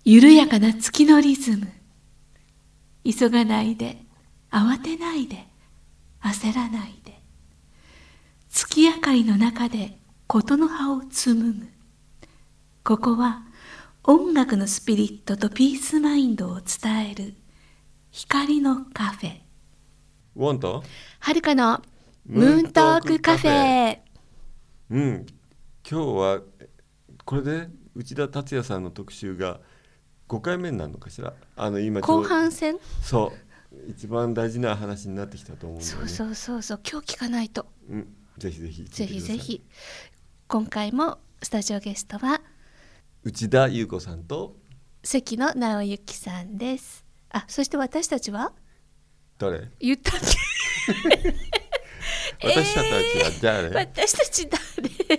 緩やかな月のリズム。急がないで、慌てないで、焦らないで。月明かりの中でことの葉を紡ぐ。ここは音楽のスピリットとピースマインドを伝える光のカフェ。 ウォンとはるかのムーントークカフェ。 今日はこれで内田達也さんの特集が5回目になるのかしら。今後半戦。 そう一番大事な話になってきたと思うんだよね。 そう今日聞かないと、 ぜひぜひ。今回もスタジオゲストは内田裕子さんと関野直之さんです。そして私たちは誰言ったっけ私たちは誰、 私たち誰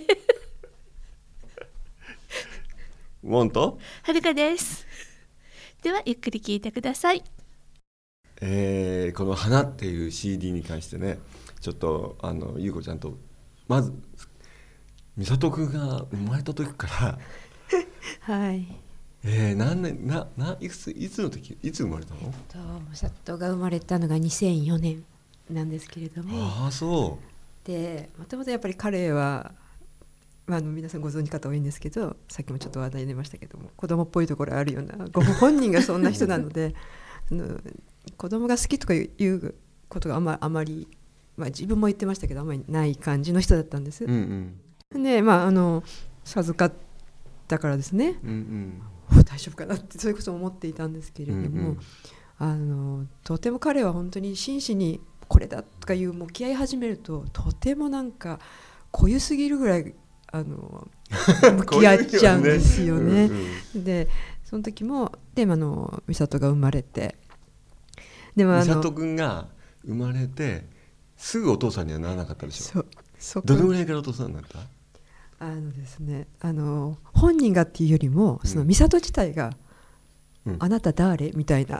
ウォンとはるかです。ではゆっくり聞いてください。 この花っていう CD に関してね、ちょっと優子ちゃんとまず美里くんが生まれた時からはい。 何年いつの時、いつ生まれたの？ 美里が生まれたのが2004年なんですけれども。 そうで、もともとやっぱり彼は、皆さんご存知方多いんですけど、さっきもちょっと話題に出ましたけども、子供っぽいところあるような、ご本人がそんな人なので子供が好きとかいうことがあまり、自分も言ってましたけどあんまりない感じの人だったんです。で、授かったからですね、大丈夫かなってそれこそ思っていたんですけれども、とても彼は本当に真摯にこれだとかいう向き合い始めると、とてもなんか濃ゆすぎるぐらい向き合っちゃうんですよね。でその時も美里が生まれて、でも美里君が生まれてすぐお父さんにはならなかったでしょ。どのぐらいからお父さんになった？ ですね、本人がっていうよりも、その美里自体が、あなた誰みたいな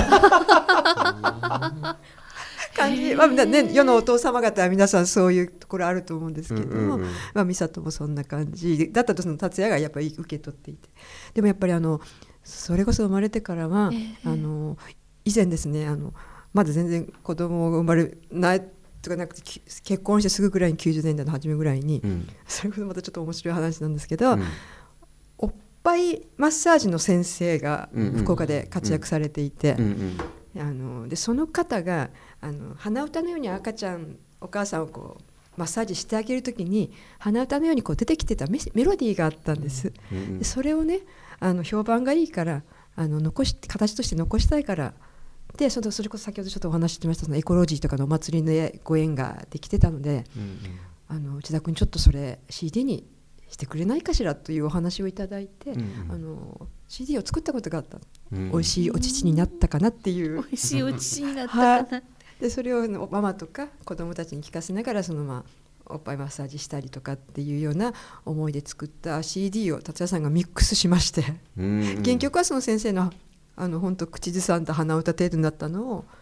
感じ、世のお父様方は皆さんそういうところあると思うんですけれども、美里もそんな感じだったと、その達也がやっぱり受け取っていて、でもやっぱりそれこそ生まれてからは、以前ですね、まだ全然子供が生まれないとかなくて、結婚してすぐぐらいに90年代の初めぐらいに、それこそまたちょっと面白い話なんですけど、おっぱいマッサージの先生が福岡で活躍されていて、でその方が鼻歌のように赤ちゃんお母さんをこうマッサージしてあげるときに鼻歌のようにこう出てきてたメロディーがあったんです。でそれをね評判がいいから形として残したいから。でそれこそ先ほどちょっとお話ししてましたそのエコロジーとかのお祭りでご縁ができてたので、内田君ちょっとそれ CD にしてくれないかしらというお話をいただいて、CD を作ったことがあった、美味しいお乳になったかなっていう美味しいお乳になったかな、 でそれをママとか子供たちに聞かせながらおっぱいマッサージしたりとかっていうような思いで作った CD を達也さんがミックスしまして、原曲はその先生の本当口ずさんだ鼻歌程度になったのを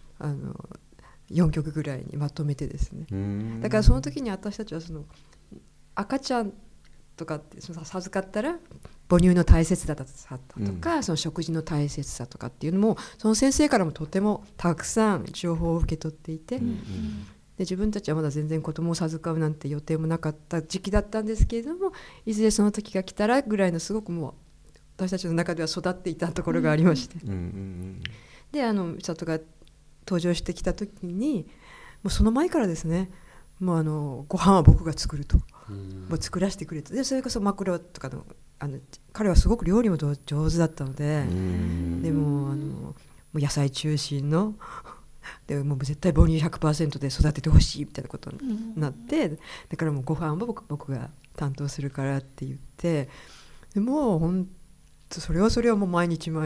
4曲ぐらいにまとめてですね、だからその時に私たちはその赤ちゃんとかって授かったら母乳の大切さとか、その食事の大切さとかっていうのもその先生からもとてもたくさん情報を受け取っていて、で自分たちはまだ全然子供を授かるなんて予定もなかった時期だったんですけれども、いずれその時が来たらぐらいのすごくもう私たちの中では育っていたところがありまして、で美里が登場してきた時にもうその前からですね、もうご飯は僕が作ると、もう作らせてくれと。でそれこそマクロとかの彼はすごく料理も上手だったので、でもう野菜中心のでもう絶対母乳 100% で育ててほしいみたいなことになって、だからもうご飯は僕が担当するからって言って、でもう本当それはもう毎日い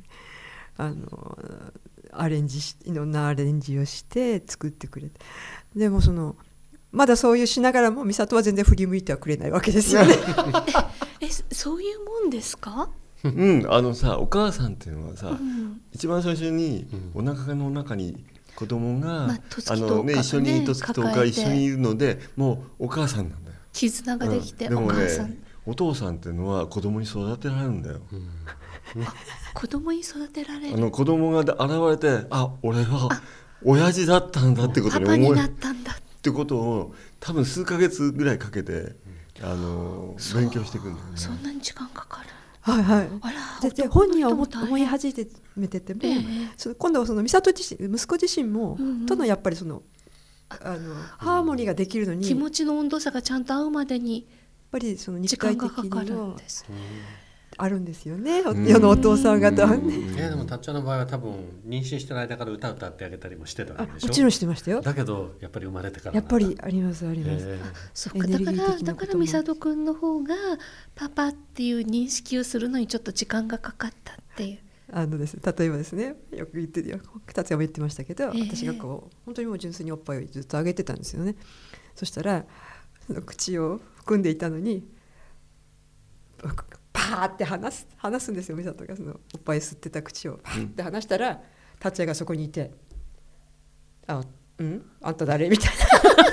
ろんなアレンジをして作ってくれて、でもまだそういうしながらも美里は全然振り向いてはくれないわけですよねそういうもんですか？ お母さんっていうのはさ、一番最初にお腹の中に子供が、一緒に十月10日一緒にいるので、もうお母さんなんだよ。 絆ができて、 でもお母さん、 お父さんっていうのは子供に育てられるんだよ。 子供に育てられる。 子供が現れて、俺は親父だったんだってことにパパになったんだってことを多分数ヶ月ぐらいかけて勉強していくんだよね。 そんなに時間かかる。 はいはい。で本人は思い始めてても、今度はその美里自身、息子自身も、とのやっぱりそのハーモニーができるのに気持ちの温度差がちゃんと合うまでにやっぱりその肉体的にもあるんですよね、 世のお父さん方はね。 でもたっちゃんの場合は多分妊娠してる間から歌ってあげたりもしてたわけでしょ。 もちろんしてましたよ。 だけどやっぱり生まれてからやっぱりありますあります。 そうか、だから美里くんの方がパパっていう認識をするのにちょっと時間がかかったっていう。 です例えばですね、よく言ってるよ、達也も言ってましたけど、私がこう本当にもう純粋におっぱいをずっとあげてたんですよね。そしたらその口を含んでいたのにパーって離すんですよ。美里がそのおっぱい吸ってた口をパーって離したら、達也がそこにいて「あんた誰?」みたいな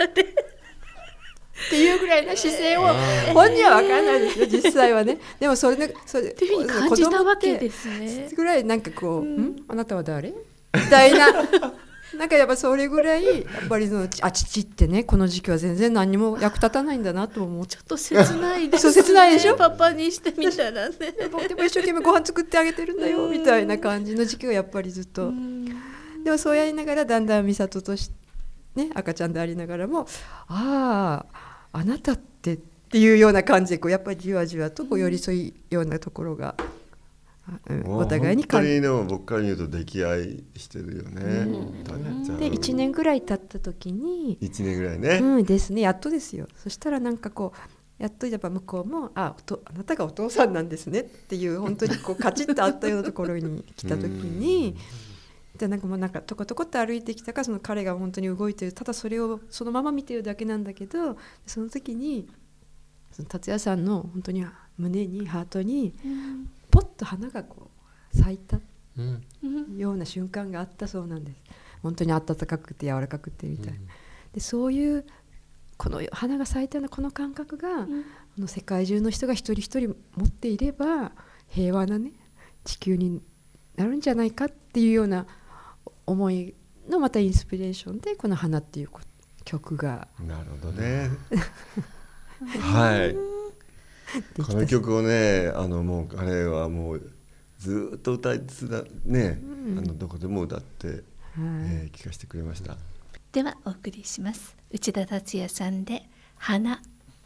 っていうぐらいの姿勢を本人は分からないですよ実際はね。でもそれっていうふうに感じたわけですね。 ぐらいなんかこう「あなたは誰?」みたいななんかやっぱそれぐらいやっぱり父ってね、この時期は全然何にも役立たないんだなと思う。 ちょっと切ないですね。 そう切ないでしょ。 パパにしてみたらね。 でも一生懸命ご飯作ってあげてるんだよみたいな感じの時期がやっぱりずっと。でもそうやりながらだんだん美里としてね、赤ちゃんでありながらもあなたっていうような感じでこうやっぱりじわじわとこう寄り添いようなところが、お互いに本当にでも僕から言うと溺愛してるよね。 で1年ぐらい経った時に 1年ぐらいね、 ですね、やっとですよ。そしたらなんかこうやっとやっぱ向こうもあなたがお父さんなんですねっていう本当にこうカチッとあったようなところに来た時にでなんかもうなんかトコトコって歩いてきたから、その彼が本当に動いてる、ただそれをそのまま見てるだけなんだけど、その時にその達也さんの本当に胸にハートにポッと花がこう咲いたような瞬間があったそうなんです。本当に温かくて柔らかくてみたいな、でそういうこの花が咲いたようなこの感覚が、世界中の人が一人一人持っていれば平和なね地球になるんじゃないかっていうような思いのまたインスピレーションでこの花っていう曲が。 なるほどねはい、この曲をねもう彼はもうずっと歌いつだね、どこでも歌って、聴かせてくれました。 ではお送りします。内田達也さんで花。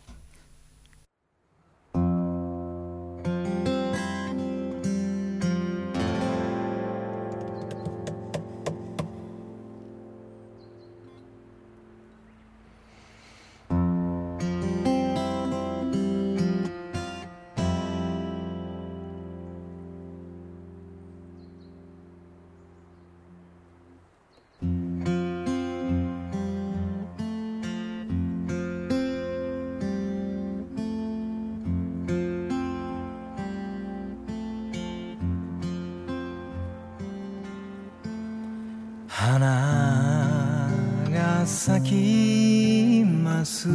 花が咲きます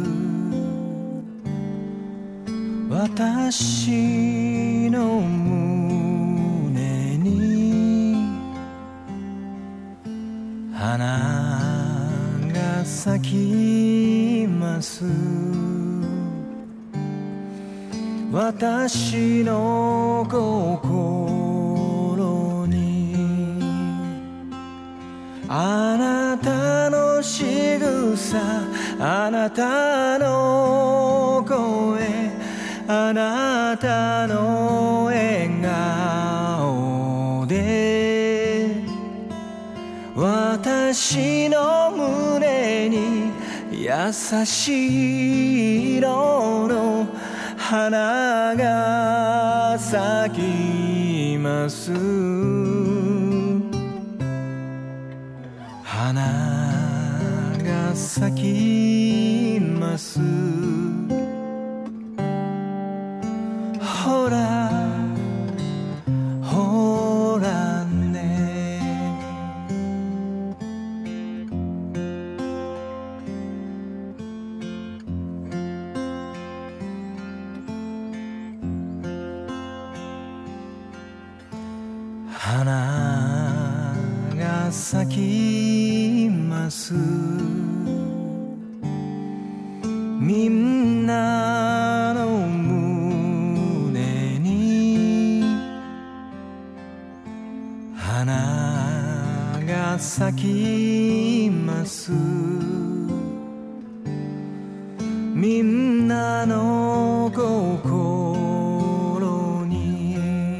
私の胸に花が咲きます私の心にあなたの仕草あなたの声あなたの笑顔で私の胸に優しい色の花が咲きます花が咲きますほらほらね花が咲きますみんなの胸に花が咲きますみんなの心に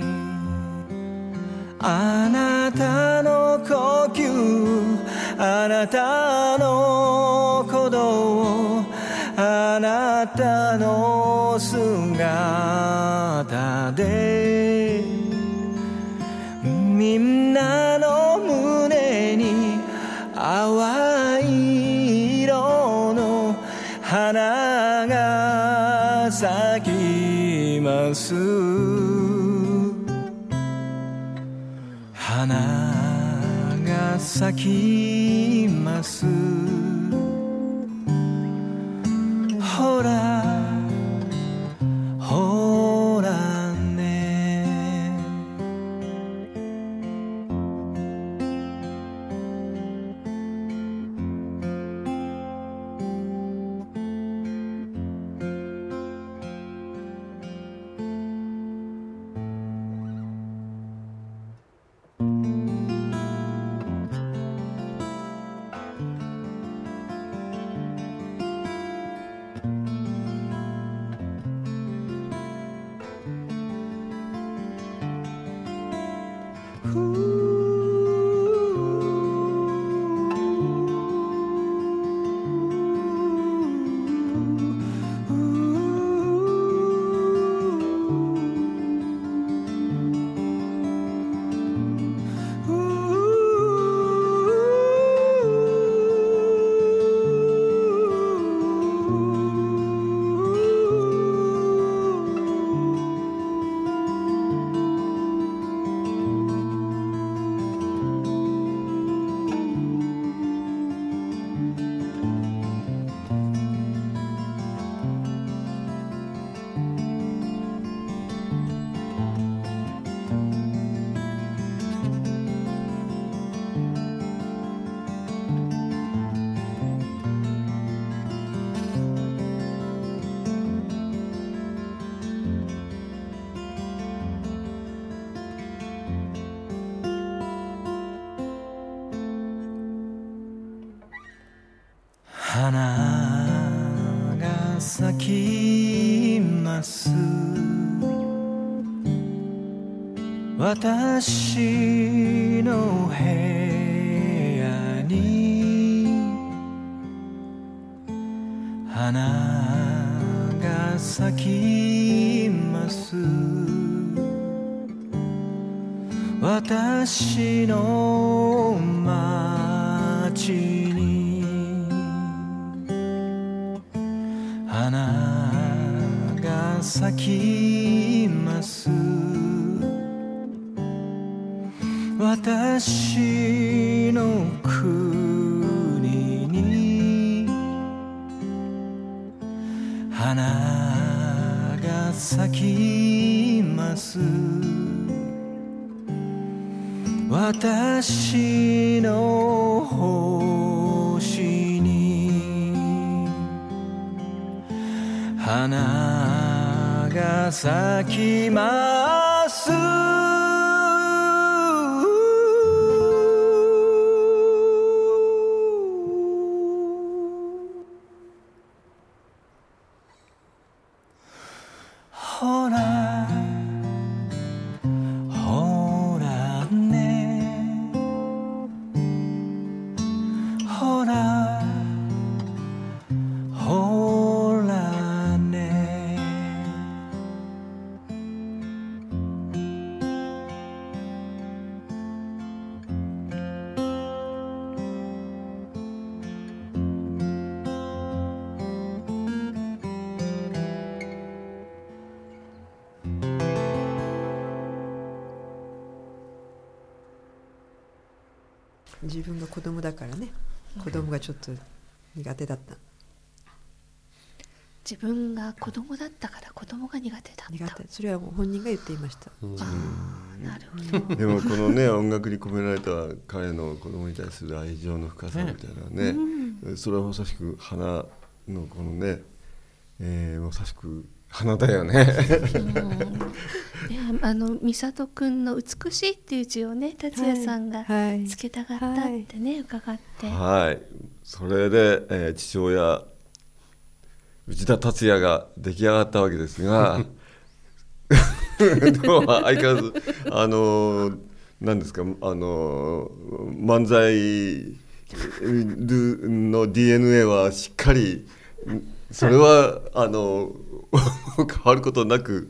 あなたの呼吸あなたの鼓動あなたの姿でみんなの胸に淡い色の花が咲きます花が咲きますほらほらね花が咲きます私の部屋に花が咲きます私の街に花が咲きます私の国に花が咲きます私の星に花が咲きますほらほらねほらほらね自分が子供だからね、子供がちょっと苦手だった。 自分が子供だったから子供が苦手だった。 それはもう本人が言っていました。 あなるほど。 でもこのね音楽に込められた彼の子供に対する愛情の深さみたいなね、それはまさしく花のこのね、まさしく花だよね。 美里くんの美しいっていう字をね達也さんがつけたかったってね、伺って、 はい、それで、父親内田達也が出来上がったわけですがでも相変わらず何ですか漫才の DNA はしっかりそれは変わることなく、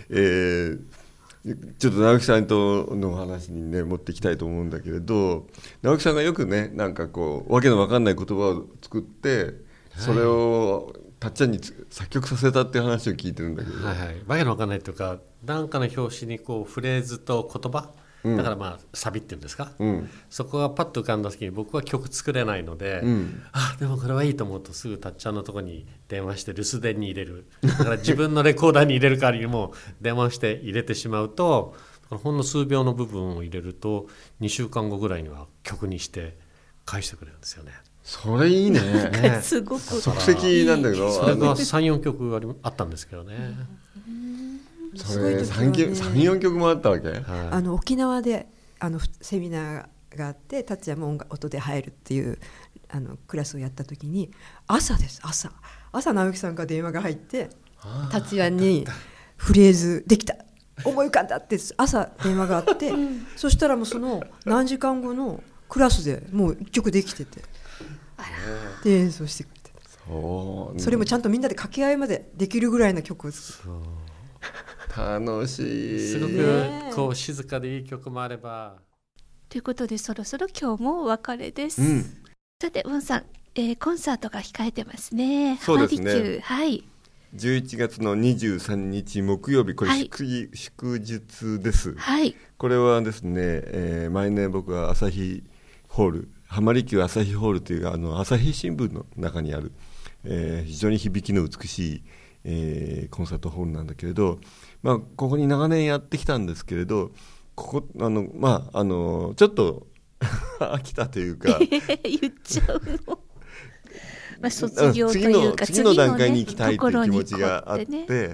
ちょっと直樹さんとの話にね持っていきたいと思うんだけれど、直樹さんがよくねなんかこうわけのわかんない言葉を作ってそれをたっちゃんに作曲させたっていう話を聞いてるんだけど、 はいはい、わけのわかんないというか何かの表紙にこうフレーズと言葉、だからまあサビっていうんですか、そこがパッと浮かんだ時に僕は曲作れないので、でもこれはいいと思うとすぐたっちゃんのところに電話して留守電に入れる。だから自分のレコーダーに入れる代わりにも電話して入れてしまうとほんの数秒の部分を入れると2週間後ぐらいには曲にして返してくれるんですよね。 それいいね。 すごく即席なんだけど、 それが 3,4 曲あったんですけどね。 それ 3,4 曲もあったわけ、 沖縄でセミナーがあって達也も音で入るっていうクラスをやった時に朝です。朝直樹さんから電話が入って達也にフレーズできた思い浮かんだって朝電話があって、そしたらもうその何時間後のクラスでもう1曲できてて、で演奏してくれて、それもちゃんとみんなで掛け合いまでできるぐらいの曲を作る。 楽しい。 すごくこう静かでいい曲もあれば。 ということでそろそろ今日もお別れです。さてウンさん、コンサートが控えてますね。 そうですね。 はい。 11月の23日木曜日、これ祝日です。 はい。 これはですね、毎年僕は朝日ホール、浜離宮朝日ホールという朝日新聞の中にある、非常に響きの美しい、コンサートホールなんだけれど、ここに長年やってきたんですけれど、ここちょっと飽きたというか言っちゃうの卒業というか次の段階に行きたいという気持ちがあって、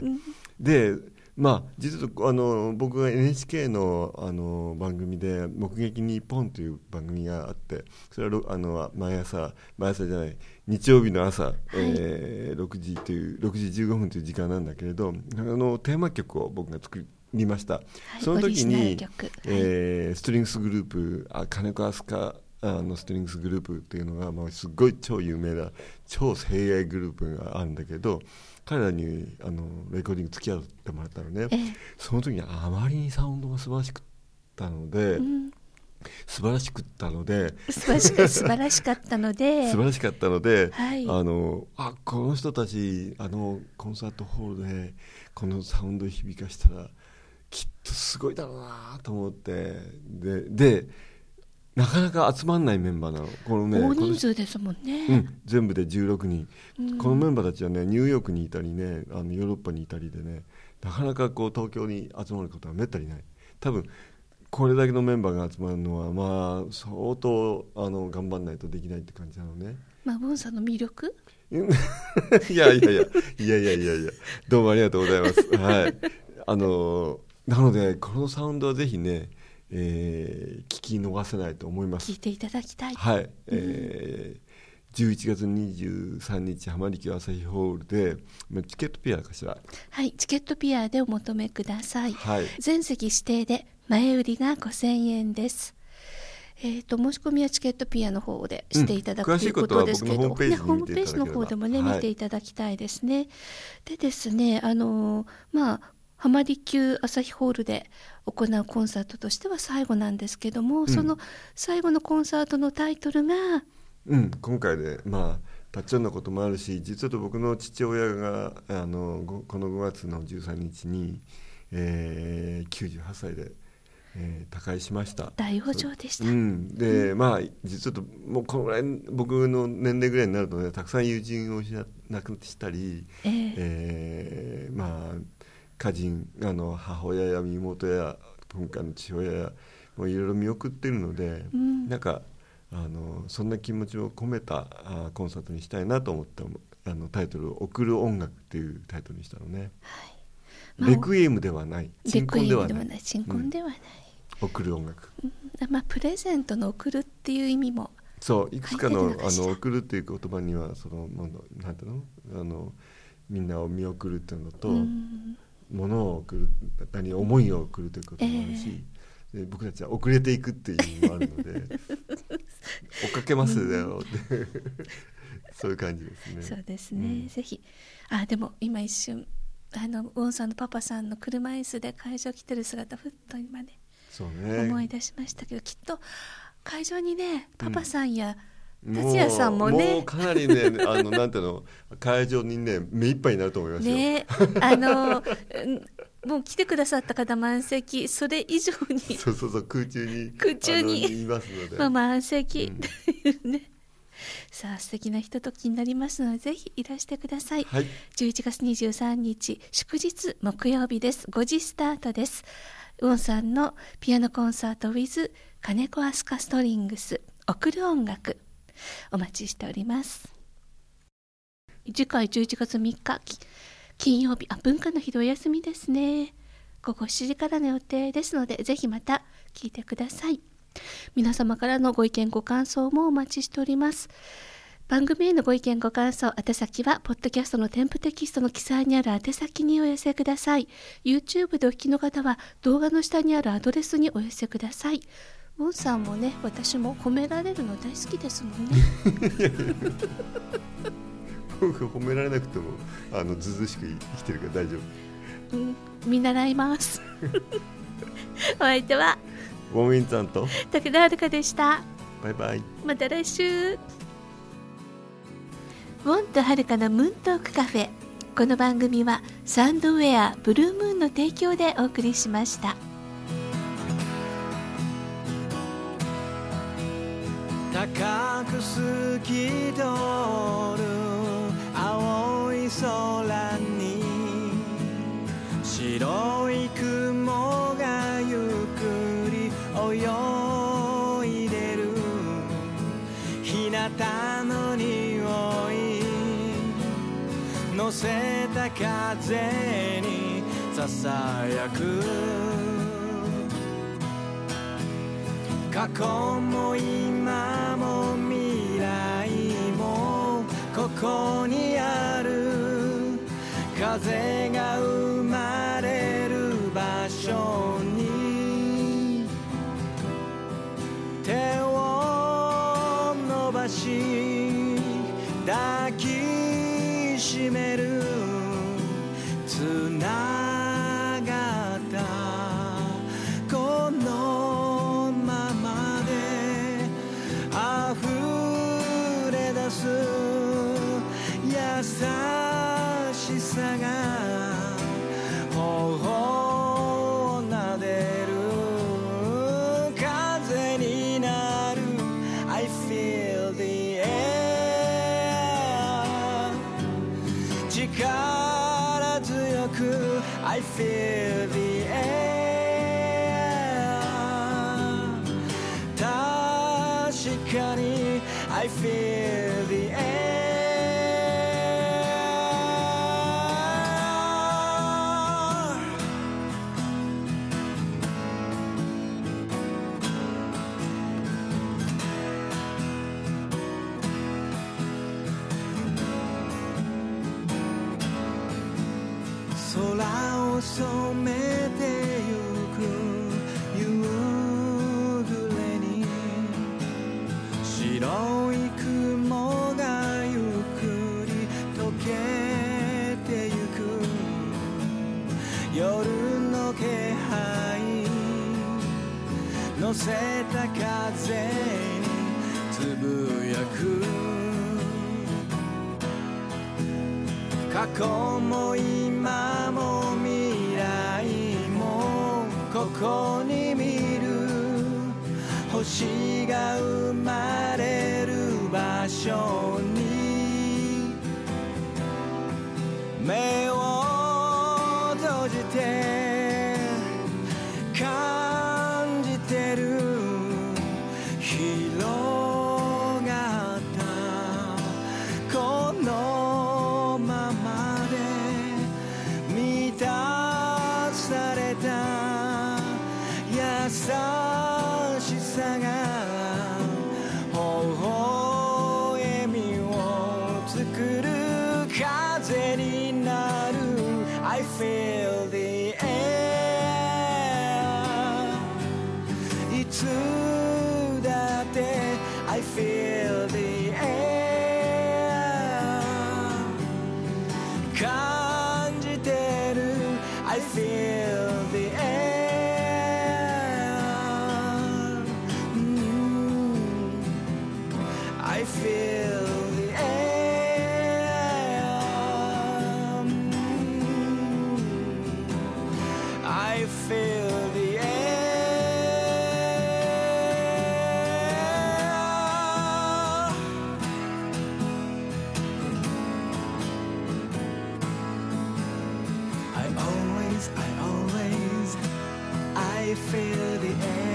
で実は僕が NHK の番組で「目撃日本」という番組があって、それは毎朝じゃない日曜日の朝、6時15分という時間なんだけれど、テーマ曲を僕が作りました。その時に、ストリングスグループ金子飛鳥のストリングスグループっていうのが、すごい超有名な超精鋭グループがあるんだけど、彼らにレコーディング付き合ってもらったのね、その時にあまりにサウンドが素晴らしかったので、素晴らしかったので、この人たちコンサートホールでこのサウンドを響かしたらきっとすごいだろうなと思って、でなかなか集まんないメンバーなの。 大人数ですもんね。 全部で16人、このメンバーたちはねニューヨークにいたりねヨーロッパにいたりでね、なかなか東京に集まることはめったにない。多分これだけのメンバーが集まるのは相当頑張んないとできないって感じなのね。 ボンさんの魅力いやどうもありがとうございます。はい、なのでこのサウンドはぜひね、聞き逃せないと思います。 聞いていただきたい。 はい、11月23日浜離宮朝日ホールでチケットピアかしら。 はい、チケットピアでお求めください。 はい、 全席指定で前売りが5,000円です。申し込みはチケットピアの方でしていただくということですけど、ホームページの方でもね見ていただきたいですね。でですね、浜離宮朝日ホールで行うコンサートとしては最後なんですけども、その最後のコンサートのタイトルが、 今回でたっちゃんのこともあるし、実は僕の父親がこの5月の13日に、98歳で他界しました。 大往生でした。 で実はもうこのぐらい僕の年齢ぐらいになるとね、たくさん友人を亡くしたり、家人母親や妹や今回の父親もいろいろ見送ってるので、なんかそんな気持ちを込めたコンサートにしたいなと思ってタイトルを送る音楽っていうタイトルにしたのね、はい。レクイエムではない、鎮魂ではない、 鎮魂ではない、 送る音楽、 プレゼントの送るっていう意味もそういくつかの送るっていう言葉にはなんていうのみんなを見送るっていうのと、物を送る、思いを送るということもあるし、で僕たちは遅れていくっていう意味もあるので追っかけますよってそういう感じですね。 そうですね、ぜひ。でも今一瞬ウォンさんのパパさんの車椅子で会場来てる姿ふっと今ね、 そうね、 思い出しましたけど、きっと会場にねパパさんや達也さんもね、 もうかなりねなんていうの、会場にね目いっぱいになると思いますよ、 ね、もう来てくださった方満席、それ以上にそう空中にいますので、 満席っていうね、さあ素敵なひとときになりますので、ぜひいらしてください、はい、11月23日祝日木曜日です。5時スタートです。ウォンさんのピアノコンサート with 金子飛鳥ストリングス送る音楽、お待ちしております。次回11月3日金曜日、文化の日でお休みですね。午後7時からの予定ですので、ぜひまた聞いてください。皆様からのご意見ご感想もお待ちしております。番組へのご意見ご感想、宛先はポッドキャストの添付テキストの記載にある宛先にお寄せください。 YouTube でお聞きの方は動画の下にあるアドレスにお寄せください。ウォンさんもね、私も褒められるの大好きですもんね褒められなくてもずうずうしく生きてるから大丈夫、見習いますお相手はウォンウィンさんと武田遥でした。 バイバイ、 また来週。ウォンとはるかのムーントークカフェ、この番組はサンドウェアブルームーンの提供でお送りしました。 高く透き通る青い空に白い雲がゆっくり泳いでる、日向の匂い乗せた風にささやく、過去も今も未来もここにある、風が生まれる場所に手を伸ばし抱きしめる、つながったこのままで溢れ出す優しさが頬を撫でる、風になる I feel the air、 力強く I feel the air、 確かに I feel the air。空を染めてゆく夕暮れに白い雲がゆっくり溶けてゆく、夜の気配乗せた風につぶやく、過去も今も未来もここに見る、星が生まれる場所に目を閉じてしさが微笑みを作る風になる I feel the air いつだって I feel the air 感じてる I feel the air I feel the air I feel the air I always I feel the air